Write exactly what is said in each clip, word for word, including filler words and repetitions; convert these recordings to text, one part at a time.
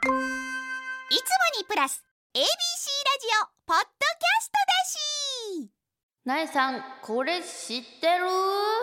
いつもにプラス エービーシー ラジオポッドキャストだし。 なえさん、これ知ってる？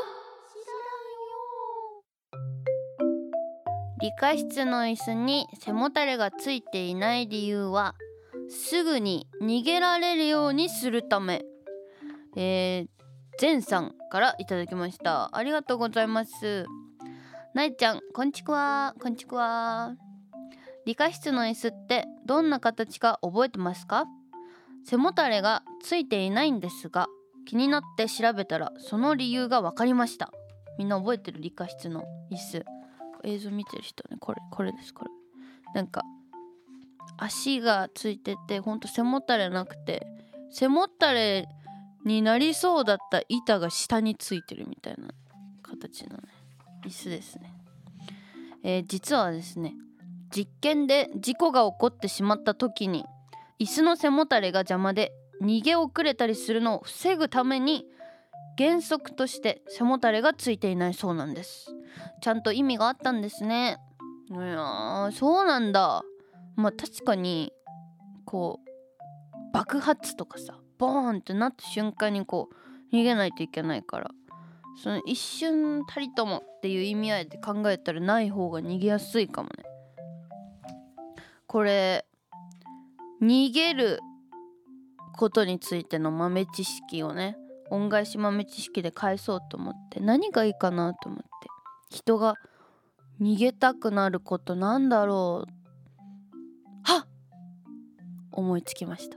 理科室の椅子に背もたれがついていない理由は、すぐに逃げられるようにするため。えー、ゼンさんからいただきました。ありがとうございます。なえちゃん、こんちくわこんちくわ。理科室の椅子ってどんな形か覚えてますか？背もたれがついていないんですが、気になって調べたらその理由が分かりました。みんな覚えてる？理科室の椅子、映像見てる人ね、これこれですこれ。なんか足がついてて、ほんと背もたれなくて、背もたれになりそうだった板が下についてるみたいな形のね椅子ですね。えー、実はですね、実験で事故が起こってしまった時に椅子の背もたれが邪魔で逃げ遅れたりするのを防ぐために、原則として背もたれがついていないそうなんです。ちゃんと意味があったんですね。いやー、そうなんだ。まあ確かにこう爆発とかさ、ボーンってなった瞬間にこう逃げないといけないから、その一瞬たりともっていう意味合いで考えたらない方が逃げやすいかもね。これ逃げることについての豆知識をね、恩返し豆知識で返そうと思って、何がいいかなと思って、人が逃げたくなることなんだろう、はっ思いつきました。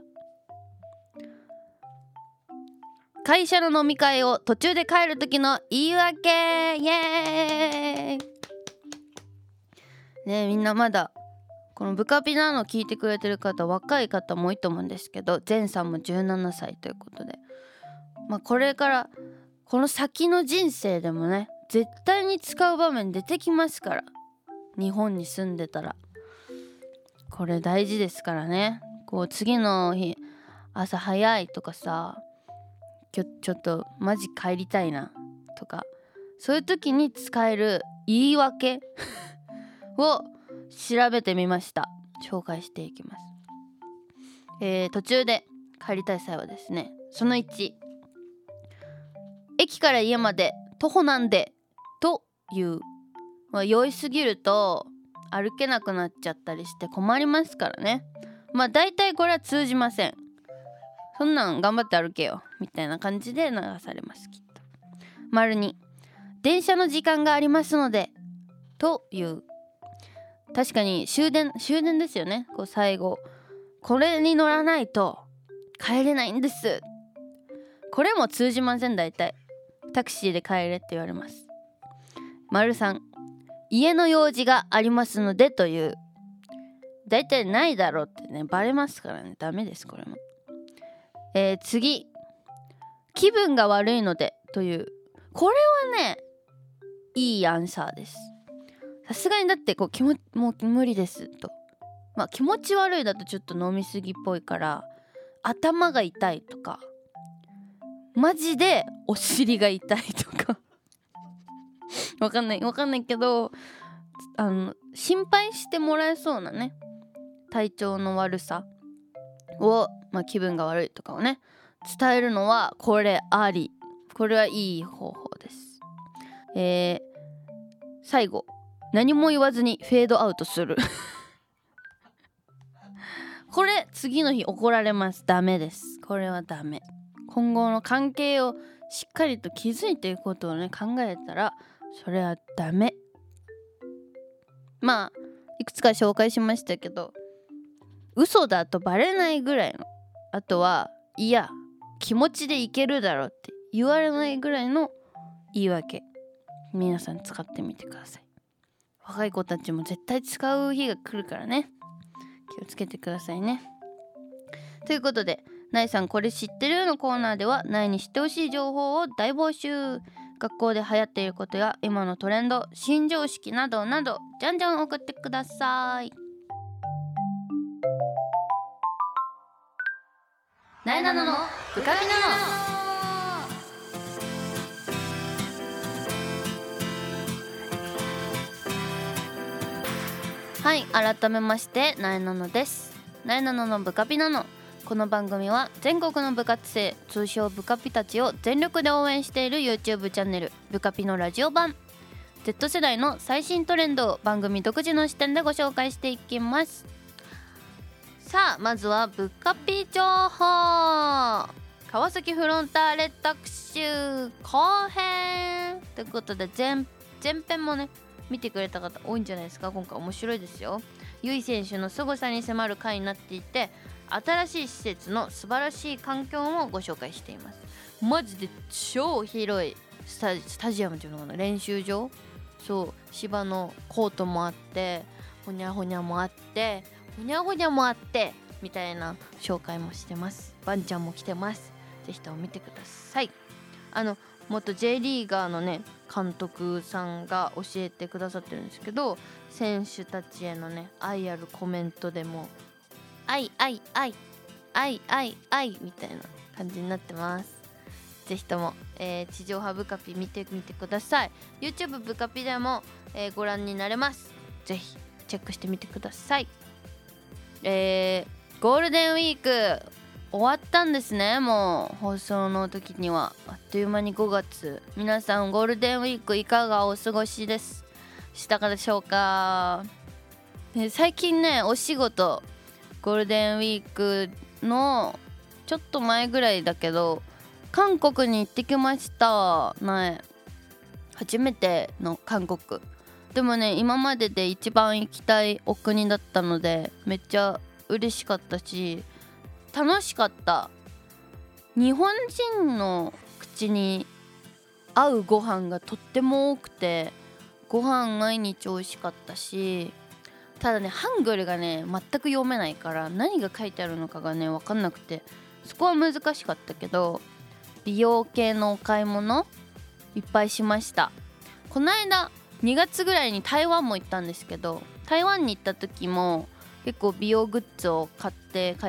会社の飲み会を途中で帰る時の言い訳、イエーイねえ、みんなまだこのブカピナの聞いてくれてる方、若い方も多いと思うんですけど、ゼンさんもじゅうななさいということで、まあこれからこの先の人生でもね、絶対に使う場面出てきますから、日本に住んでたらこれ大事ですからね。こう次の日朝早いとかさ、今日ちょっとマジ帰りたいなとか、そういう時に使える言い訳を調べてみました。紹介していきます。えー、途中で帰りたい際はですね、そのいち、駅から家まで徒歩なんでという、まあ、酔いすぎると歩けなくなっちゃったりして困りますからね。まあ大体これは通じません。そんなん頑張って歩けよみたいな感じで流されます、きっと。丸に、電車の時間がありますのでという、確かに終電終電ですよね。こう最後これに乗らないと帰れないんです。これも通じません。大体タクシーで帰れって言われます。丸さん、家の用事がありますのでという、大体ないだろうってね、バレますからね、ダメですこれも。えー、次、気分が悪いのでという、これはねいいアンサーです。さすがにだってこう気ももう無理ですと、まあ気持ち悪いだとちょっと飲みすぎっぽいから、頭が痛いとか、マジでお尻が痛いとかわかんないわかんないけど、あの心配してもらえそうなね、体調の悪さを、まあ、気分が悪いとかをね伝えるのはこれあり、これはいい方法です。えー、最後、何も言わずにフェードアウトするこれ次の日怒られます。ダメです。これはダメ。今後の関係をしっかりと築いていくことをね考えたら、それはダメ。まあいくつか紹介しましたけど、嘘だとバレないぐらいの、あとはいや気持ちでいけるだろうって言われないぐらいの言い訳、皆さん使ってみてください。若い子たちも絶対使う日が来るからね、気をつけてくださいね。ということで、なえさんこれ知ってるのコーナーでは、なえに知ってほしい情報を大募集。学校で流行っていることや今のトレンド、新常識などなどじゃんじゃん送ってください。なえなののブカピナノ。 はい、改めましてなえなのです。なえなののブカピナノ。この番組は全国の部活生、通称ブカピたちを全力で応援している YouTube チャンネルブカピのラジオ版。 Z 世代の最新トレンドを番組独自の視点でご紹介していきます。さあ、まずはブカピ情報。川崎フロンターレ特集後編ということで、前前編もね見てくれた方多いんじゃないですか。今回面白いですよ。由井選手の凄さに迫る回になっていて、新しい施設の素晴らしい環境をご紹介しています。マジで超広いス タ, スタジアムっていうのかな、練習場、そう芝のコートもあって、ほにゃほにゃもあって、ほにゃほにゃもあってみたいな紹介もしてます。バンちゃんも来てます。ぜひとも見てください。あの元 J リーガーのね監督さんが教えてくださってるんですけど、選手たちへのね愛あるコメントでも愛愛愛愛愛愛みたいな感じになってます。ぜひとも、えー、地上波ブカピ見てみてください。 YouTube ブカピでも、えー、ご覧になれます。ぜひチェックしてみてください。えー、ゴールデンウィーク終わったんですね。もう放送の時にはあっという間にごがつ。皆さんゴールデンウィークいかがお過ごしですしたかでしょうか。で最近ねお仕事ゴールデンウィークのちょっと前ぐらいだけど韓国に行ってきました。ね、初めての韓国でもね、今までで一番行きたいお国だったのでめっちゃ嬉しかったし楽しかった。日本人の口に合うご飯がとっても多くて、ご飯毎日美味しかったし、ただねハングルがね全く読めないから何が書いてあるのかがね分かんなくて、そこは難しかったけど、美容系のお買い物いっぱいしました。この間にがつぐらいに台湾も行ったんですけど、台湾に行った時も結構美容グッズを買って帰って、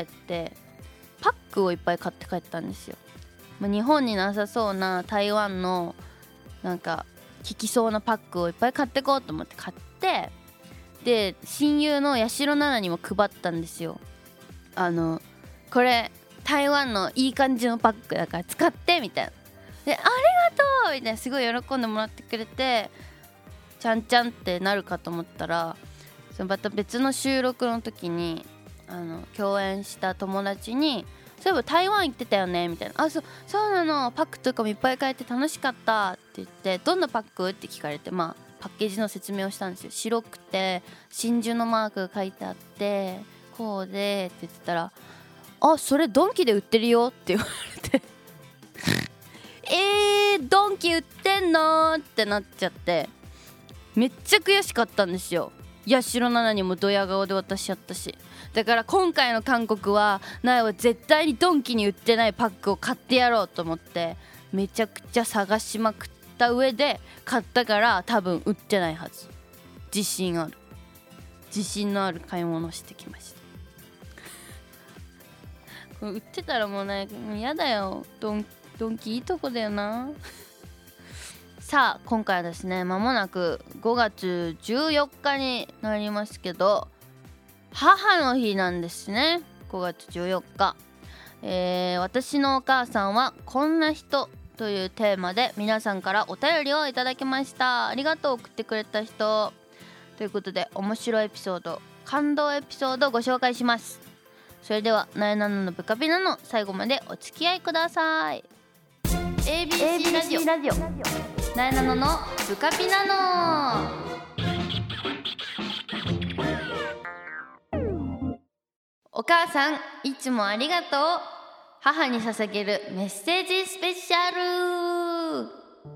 パックをいっぱい買って帰ったんですよ。まあ、日本になさそうな台湾のなんか効きそうなパックをいっぱい買ってこうと思って買って、で親友の八代奈々にも配ったんですよ。あのこれ台湾のいい感じのパックだから使ってみたいな。でありがとうみたいな、すごい喜んでもらってくれて、ちゃんちゃんってなるかと思ったら、そのまた別の収録の時にあの共演した友達にそういえば台湾行ってたよねみたいな、あそそうなの、パックとかもいっぱい買えて楽しかったって言って、どんなパックって聞かれて、まあパッケージの説明をしたんですよ。白くて真珠のマークが書いてあってこうでって言ってたら、あそれドンキで売ってるよって言われてえードンキ売ってんのってなっちゃって、めっちゃ悔しかったんですよ。八代奈々にもドヤ顔で渡しちゃったし、だから今回の韓国はなえは絶対にドンキに売ってないパックを買ってやろうと思ってめちゃくちゃ探しまくった上で買ったから、多分売ってないはず。自信ある自信のある買い物してきましたこれ売ってたらもうねやだよ。ドンドンキいいとこだよなさあ今回はですね、まもなくごがつじゅうよっかになりますけど、母の日なんですね。ごがつじゅうよっか、えー、私のお母さんはこんな人というテーマで皆さんからお便りをいただきました。ありがとう、送ってくれた人ということで、面白いエピソード、感動エピソードをご紹介します。それではなえなののブカピナの最後までお付き合いください。 エービーシー ラジオなえなののブカピナノ。お母さんいつもありがとう。母に捧げるメッセージスペシャル。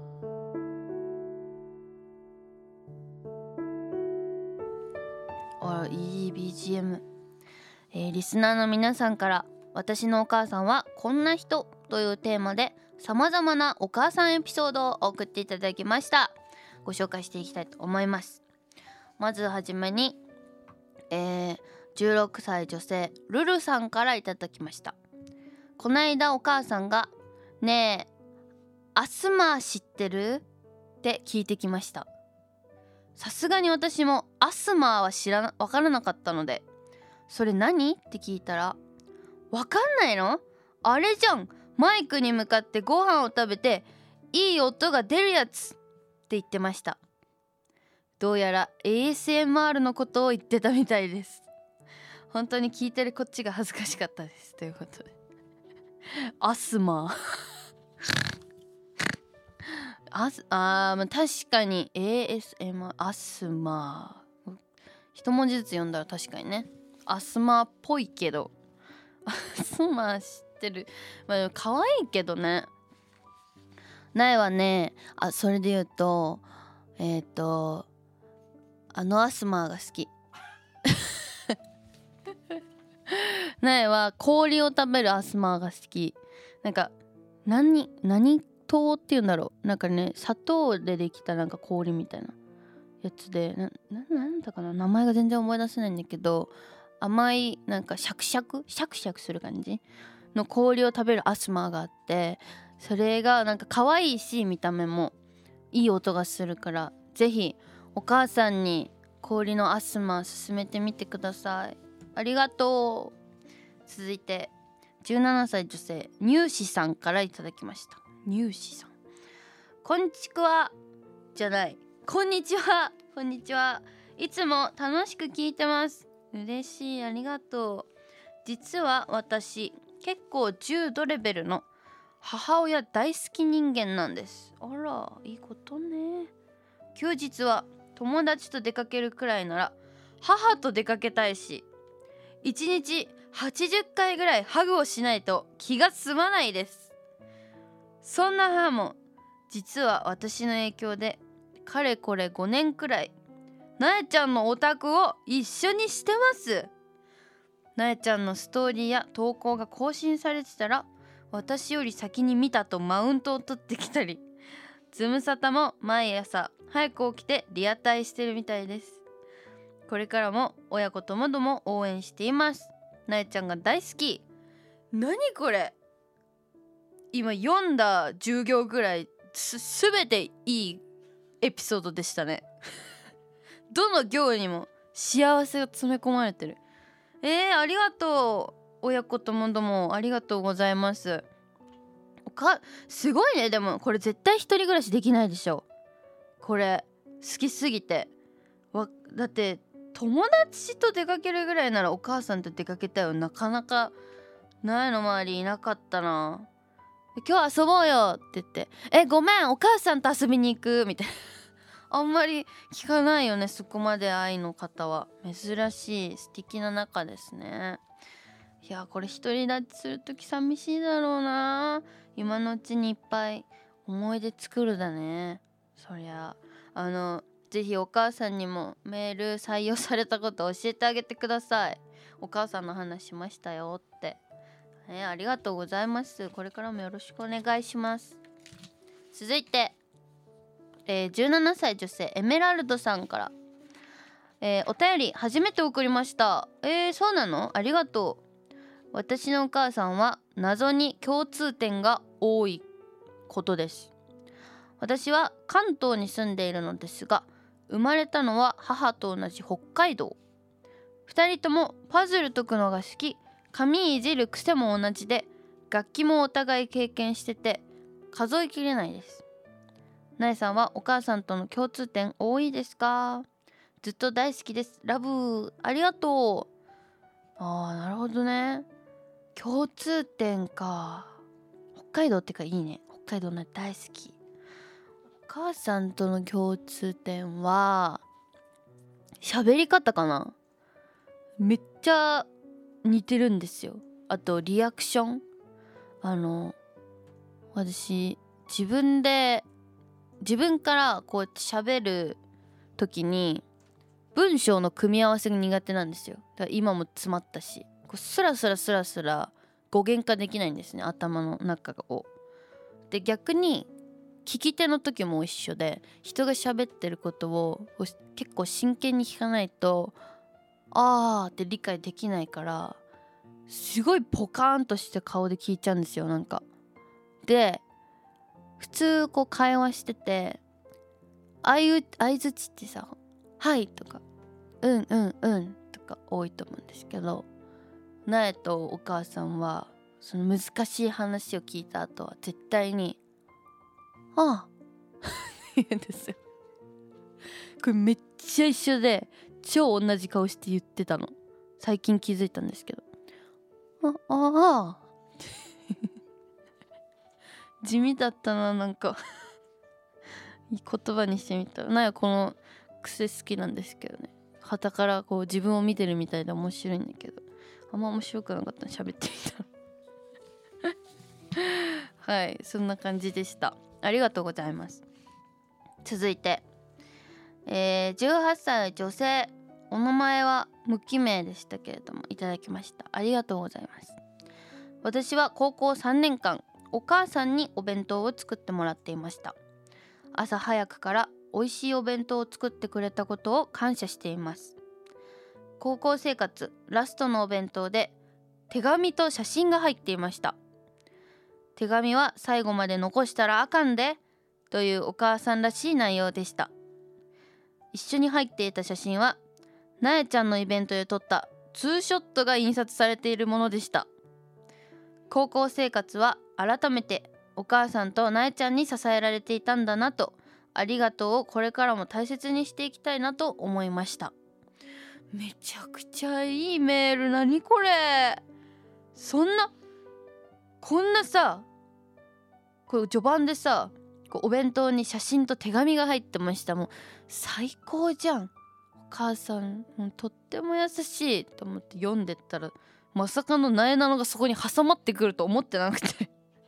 あらいい ビージーエム、えー、リスナーの皆さんから私のお母さんはこんな人というテーマでさまざまなお母さんエピソードを送っていただきました。ご紹介していきたいと思います。まずはじめに、えー、じゅうろくさい女性ルルさんからいただきました。こないだお母さんがねえアスマー知ってるって聞いてきました。 さすがに私もアスマーは知らな分からなかったので、それ何って聞いたら、分かんないの？あれじゃん、マイクに向かってご飯を食べていい音が出るやつって言ってました。どうやら エーエスエムアール のことを言ってたみたいです。本当に聞いてるこっちが恥ずかしかったです。ということでアスマーアスあー、まあ、確かに エーエスエムアール アスマー一文字ずつ読んだら確かにねアスマーっぽいけどアスマー知ってる。まあ可愛いけどね。苗はね、あ、それで言うとえっ、ー、とあのアスマーが好き苗は氷を食べるアスマーが好き。なんか何何糖っていうんだろう、なんかね砂糖でできたなんか氷みたいなやつで、な、な、なんだかな、名前が全然思い出せないんだけど、甘いなんかシャクシャクシャクシャクする感じの氷を食べるアスマーがあって、それがなんか可愛いし見た目もいい音がするから、ぜひお母さんに氷のアスマー勧めてみてください。ありがとう。続いてじゅうななさい女性乳歯さんからいただきました。乳歯さん、こんちくわじゃないこんにちは。こんにちは。いつも楽しく聞いてます。嬉しい、ありがとう。実は私結構重度レベルの母親大好き人間なんです。あら、いいことね。休日は友達と出かけるくらいなら母と出かけたいし、いちにちはちじゅっかいぐらいハグをしないと気が済まないです。そんな母も実は私の影響でかれこれごねんくらいなえちゃんのオタクを一緒にしてます。なえちゃんのストーリーや投稿が更新されてたら私より先に見たとマウントを取ってきたり、ズムサタも毎朝早く起きてリアタイしてるみたいです。これからも親子ともども応援しています。なえちゃんが大好き。何これ、今読んだじゅう行ぐらい す, すべていいエピソードでしたねどの行にも幸せが詰め込まれてる。えー、ありがとう。親子ともどもありがとうございます。おかすごいね。でもこれ絶対一人暮らしできないでしょ。これ好きすぎてわだって友達と出かけるぐらいならお母さんと出かけたよ。なかなか苗の周りいなかったな。今日遊ぼうよって言って、えごめんお母さんと遊びに行くみたいなあんまり聞かないよね、そこまで愛の方は。珍しい素敵な仲ですね。いやこれ独り立ちするとき寂しいだろうな。今のうちにいっぱい思い出作るだね。そりゃあのぜひお母さんにもメール採用されたこと教えてあげてください。お母さんの話しましたよって、ね、ありがとうございます。これからもよろしくお願いします。続いて、えー、じゅうななさい女性エメラルドさんから、えー、お便り初めて送りました。えー、そうなの？ありがとう。私のお母さんは謎に共通点が多いことです。私は関東に住んでいるのですが、生まれたのは母と同じ北海道。二人ともパズル解くのが好き、紙いじる癖も同じで、楽器もお互い経験してて数えきれないです。なえさんはお母さんとの共通点多いですか？ずっと大好きです。ラブ。ありがとう。あー、なるほどね。共通点か。北海道ってかいいね。北海道ね大好き。お母さんとの共通点は喋り方かな。めっちゃ似てるんですよ。あとリアクション、あの私自分で自分からこうやって喋る時に文章の組み合わせが苦手なんですよ。だから今も詰まったし、こうスラスラスラスラ語源化できないんですね、頭の中を。で逆に聞き手の時も一緒で、人が喋ってることを結構真剣に聞かないとあーって理解できないから、すごいポカーンとして顔で聞いちゃうんですよ。なんかで普通こう会話してて相づちってさ、 はいとかうんうんうんとか多いと思うんですけど、なえとお母さんはその難しい話を聞いた後は絶対にああって言うんですよ。これめっちゃ一緒で超同じ顔して言ってたの、最近気づいたんですけど、あああ地味だったな、なんか言葉にしてみたらなんやこの癖好きなんですけどね。傍からこう自分を見てるみたいで面白いんだけど、あんま面白くなかったの喋ってみたらはい、そんな感じでした。ありがとうございます。続いて、えー、じゅうはっさい女性、お名前は無記名でしたけれどもいただきました。ありがとうございます。私は高校さんねんかんお母さんにお弁当を作ってもらっていました。朝早くから美味しいお弁当を作ってくれたことを感謝しています。高校生活ラストのお弁当で手紙と写真が入っていました。手紙は最後まで残したらあかんでというお母さんらしい内容でした。一緒に入っていた写真はなえちゃんのイベントで撮ったツーショットが印刷されているものでした。高校生活は改めてお母さんとなえちゃんに支えられていたんだなと、ありがとうをこれからも大切にしていきたいなと思いました。めちゃくちゃいいメール。何これ、そんなこんなさ、これ序盤でさこうお弁当に写真と手紙が入ってました。もう最高じゃん。お母さんもうとっても優しいと思って読んでったら、まさかのなえなのがそこに挟まってくると思ってなくて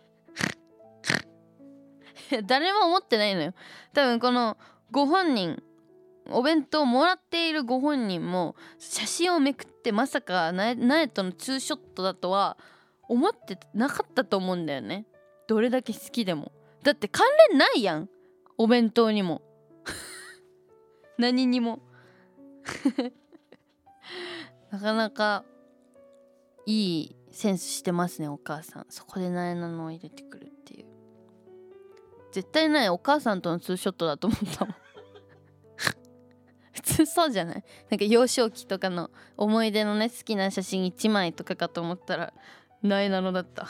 誰も思ってないのよ。多分このご本人、お弁当をもらっているご本人も写真をめくってまさかなえ、なえとのツーショットだとは思ってなかったと思うんだよね。どれだけ好きでも。だって関連ないやん、お弁当にも何にもなかなかいいセンスしてますねお母さん。そこでなえなのを入れてくるっていう。絶対ないお母さんとのツーショットだと思ったもん普通そうじゃない？なんか幼少期とかの思い出のね好きな写真いちまいとかかと思ったらなえなのだった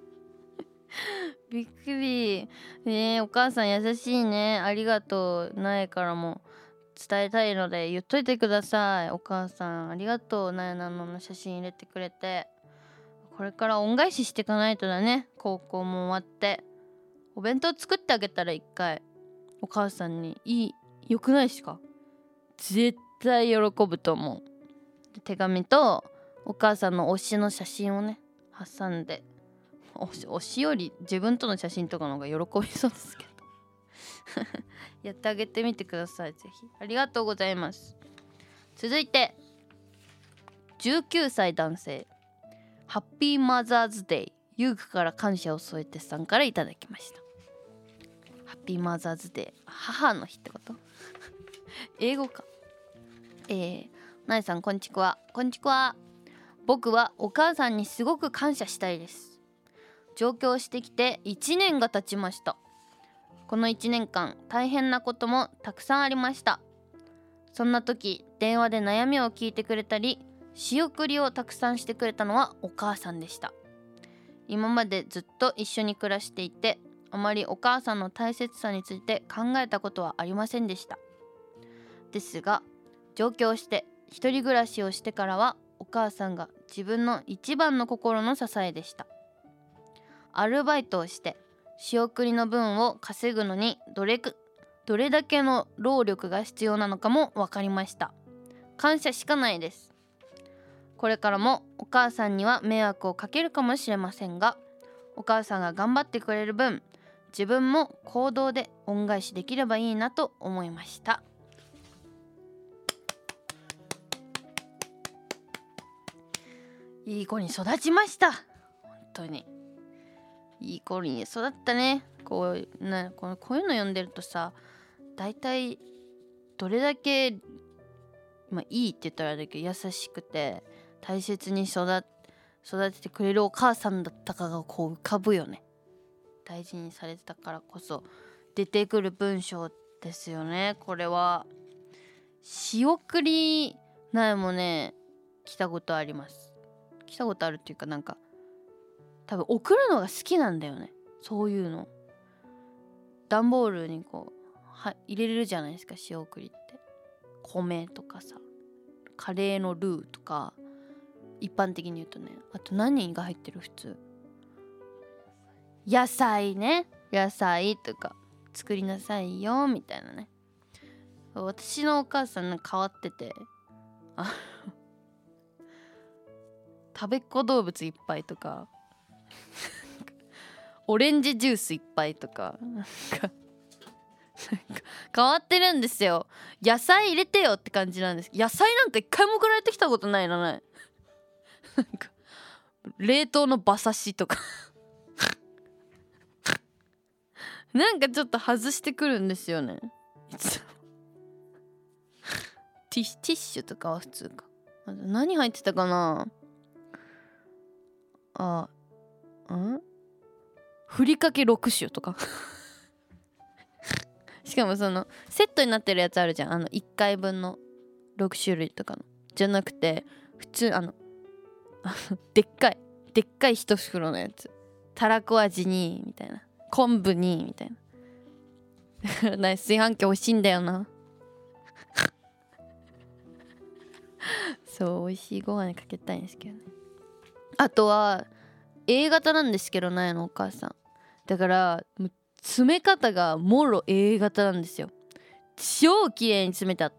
びっくり。えー、お母さん優しいね。ありがとう。なえからも伝えたいので言っといてください。お母さんありがとう。なえなのの写真入れてくれて。これから恩返ししていかないとだね。高校も終わってお弁当作ってあげたら一回お母さんに。いい、よくないですか？絶対喜ぶと思う。手紙とお母さんの推しの写真をね挟んで、推し、推しより自分との写真とかの方が喜びそうですけどやってあげてみてください、ぜひ。ありがとうございます。続いてじゅうきゅうさい男性、ハッピーマザーズデー遊具から感謝を添えてさんからいただきました。ハッピーマザーズデー、母の日ってこと英語か。えー、なえさんこんちくわ。こんちくわ。僕はお母さんにすごく感謝したいです。上京してきていちねんが経ちました。このいちねんかん大変なこともたくさんありました。そんな時電話で悩みを聞いてくれたり仕送りをたくさんしてくれたのはお母さんでした。今までずっと一緒に暮らしていてあまりお母さんの大切さについて考えたことはありませんでした。ですが上京して一人暮らしをしてからはお母さんが自分の一番の心の支えでした。アルバイトをして仕送りの分を稼ぐのにどれくどれだけの労力が必要なのかも分かりました。感謝しかないです。これからもお母さんには迷惑をかけるかもしれませんが、お母さんが頑張ってくれる分自分も行動で恩返しできればいいなと思いました。いい子に育ちました。本当にいい子に育ったね。こうね、このこういうの読んでるとさ、だいたいどれだけ、まあ、いいって言ったらあれだけど優しくて大切に育育ててくれるお母さんだったかがこう浮かぶよね。大事にされてたからこそ出てくる文章ですよね。これは仕送り苗もね来たことあります。来たことあるっていうか、なんか多分送るのが好きなんだよね。そういうの段ボールにこうは入れれるじゃないですか、仕送りって。米とかさ、カレーのルーとか、一般的に言うとね。あと何が入ってる？普通野菜ね。野菜とか作りなさいよみたいなね。私のお母さんなんか変わってて、あ食べっ子動物いっぱいとかオレンジジュースいっぱいとか、なんか変わってるんですよ。野菜入れてよって感じなんです。野菜なんか一回も送られてきたことないな。ないなんか冷凍の馬刺しとかなんかちょっと外してくるんですよね。いつもティッティッシュとかは普通か。何入ってたかなあ。んふりかけろく種とかしかもそのセットになってるやつあるじゃん、あのいっかいぶんのろく種類とかのじゃなくて、普通あのでっかいでっかい一袋のやつ、たらこ味にみたいな、昆布にみたいなだからね、炊飯器欲しいんだよなそう、美味しいご飯にかけたいんですけどね。あとは A 型なんですけど、苗のお母さんだから詰め方がもろ A 型なんですよ。超綺麗に詰めてあって、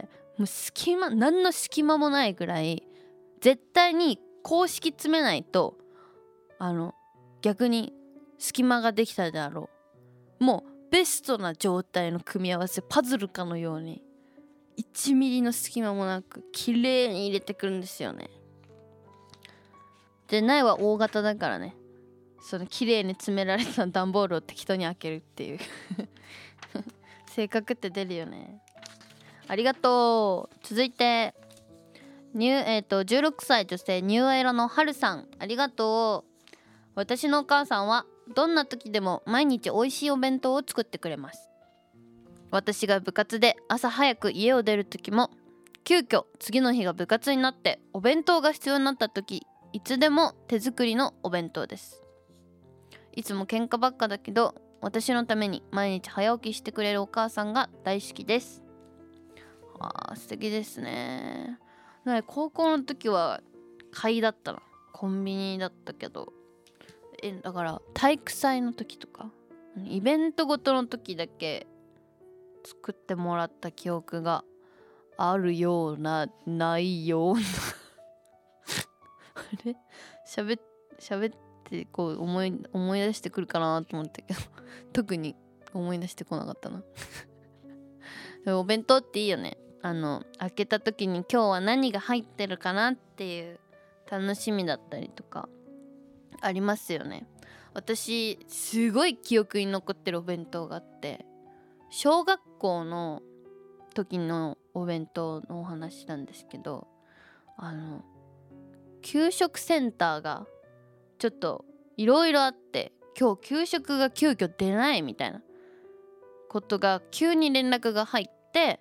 もう隙間、何の隙間もないぐらい、絶対に公式詰めないとあの逆に隙間ができたであろう、もうベストな状態の組み合わせ、パズルかのようにいちミリの隙間もなく綺麗に入れてくるんですよね。で苗は大型だからね、その綺麗に詰められた段ボールを適当に開けるっていう性格って出るよね。ありがとう。続いてニュー、えー、とじゅうろくさい女性ニューエラのはるさん、ありがとう。私のお母さんはどんな時でも毎日美味しいお弁当を作ってくれます。私が部活で朝早く家を出る時も、急遽次の日が部活になってお弁当が必要になった時、いつでも手作りのお弁当です。いつも喧嘩ばっかだけど、私のために毎日早起きしてくれるお母さんが大好きです。あー、素敵ですね。高校の時は買いだったな、コンビニだったけど、えだから体育祭の時とかイベントごとの時だけ作ってもらった記憶があるようなないようなあれしゃべしゃべってこう思い思い出してくるかなと思ったけど特に思い出してこなかったなでもお弁当っていいよね。あの開けた時に今日は何が入ってるかなっていう楽しみだったりとかありますよね。私すごい記憶に残ってるお弁当があって、小学校の時のお弁当のお話なんですけど、あの給食センターがちょっといろいろあって、今日給食が急遽出ないみたいなことが急に連絡が入って、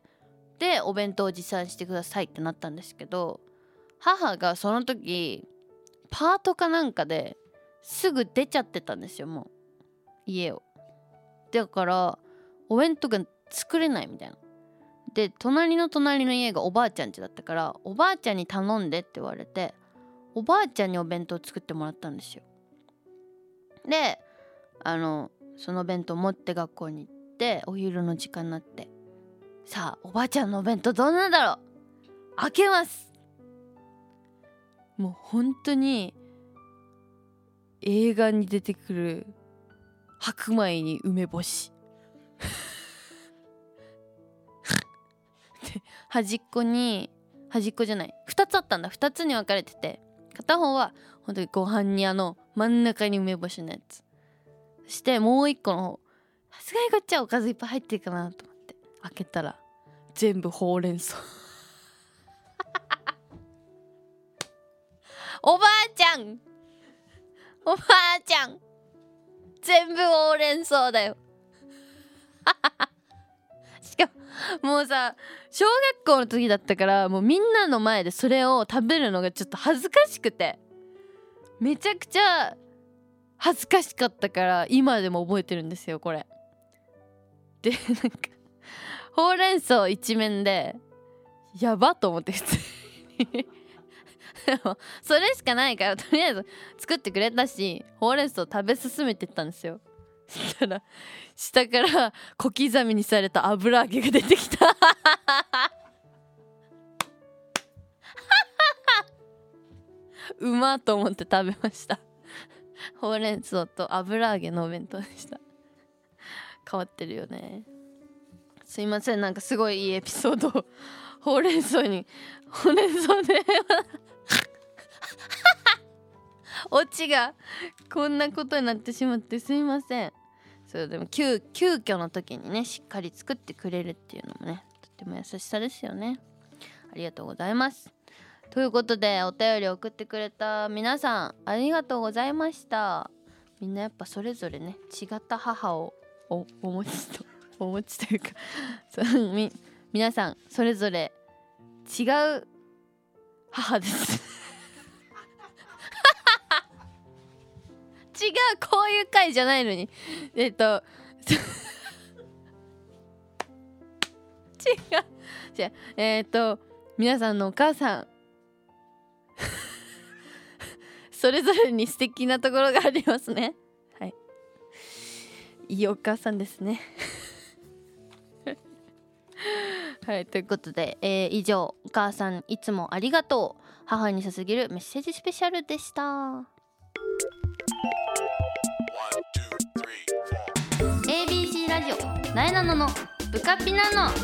でお弁当を持参してくださいってなったんですけど、母がその時パートかなんかですぐ出ちゃってたんですよ、もう家を。だからお弁当が作れないみたいな。で隣の隣の家がおばあちゃん家だったから、おばあちゃんに頼んでって言われて、おばあちゃんにお弁当作ってもらったんですよ。であのその弁当持って学校に行って、お昼の時間になって、さあおばあちゃんのお弁当どうなんだろう、開けます。もう本当に映画に出てくる白米に梅干しで端っこに端っこじゃないふたつあったんだ。ふたつに分かれてて、片方は本当にご飯にあの真ん中に梅干しのやつ、そしてもう一個の方、さすがにこっちはおかずいっぱい入ってるかなと思って開けたら全部ほうれん草おばあちゃんおばあちゃん全部ほうれん草だよしかももうさ小学校の時だったからもうみんなの前でそれを食べるのがちょっと恥ずかしくてめちゃくちゃ恥ずかしかったから今でも覚えてるんですよこれでなんかほうれん草一面でやばと思って普通にでもそれしかないからとりあえず作ってくれたしほうれん草食べ進めてったんですよ。そしたら下から小刻みにされた油揚げが出てきたうまっと思って食べました。ほうれん草と油揚げのお弁当でした。変わってるよね。すいませんなんかすごいいいエピソードほうれん草にほうれん草でオチがこんなことになってしまってすいません。そうでも 急, 急遽の時にねしっかり作ってくれるっていうのもねとっても優しさですよね。ありがとうございます。ということでお便り送ってくれた皆さんありがとうございました。みんなやっぱそれぞれね違った母を お, お持ちとお持ちというかそうみ皆さんそれぞれ違う母です違うこういう回じゃないのにえっと違う違うえっと皆さんのお母さんそれぞれに素敵なところがありますね。はいいいお母さんですねはいということで、えー、以上お母さんいつもありがとう母に捧げるメッセージスペシャルでした。エービーシー ラジオなえなののブカピナノ。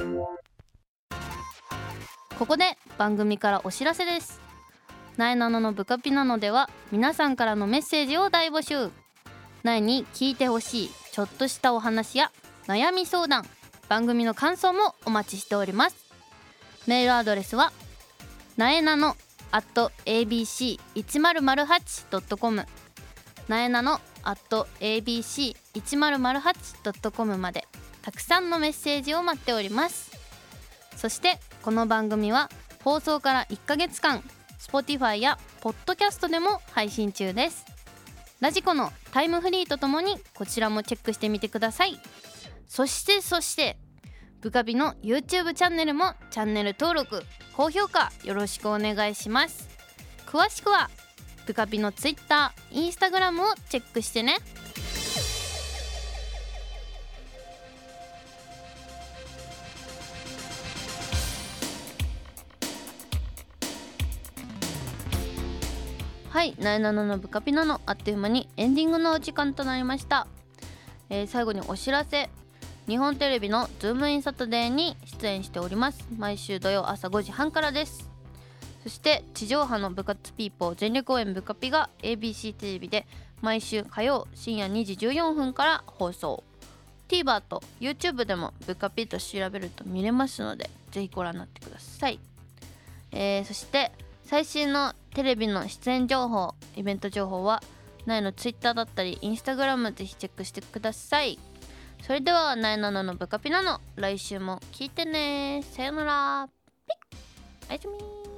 ここで番組からお知らせです。なえなののブカピナノでは皆さんからのメッセージを大募集。なえに聞いてほしいちょっとしたお話や悩み相談番組の感想もお待ちしております。メールアドレスはなえなの アットエービーシーいちまるまるはちドットコム なえなの アットエービーシーいちまるまるはちドットコム までたくさんのメッセージを待っております。そしてこの番組は放送からいっかげつかん Spotify や Podcast でも配信中です。ラジコのタイムフリーとともにこちらもチェックしてみてください。そしてそしてブカビの YouTube チャンネルもチャンネル登録高評価よろしくお願いします。詳しくはブカビの Twitter、Instagram をチェックしてね。はい、なえなののブカピナのあっという間にエンディングのお時間となりました。えー、最後にお知らせ。日本テレビのズームインサタデーに出演しております。毎週土曜朝ごじはんからです。そして地上波の部活ピーポー全力応援ブカピが エービーシー テレビで毎週火曜深夜にじじゅうよんぷんから放送。 TVer と YouTube でもブカピと調べると見れますのでぜひご覧になってください。えー、そして最新のテレビの出演情報イベント情報はなえの Twitter だったり Instagram ぜひチェックしてください。それではなえなののブカピナの来週も聞いてね。さよなら。ピッ。おやすみ。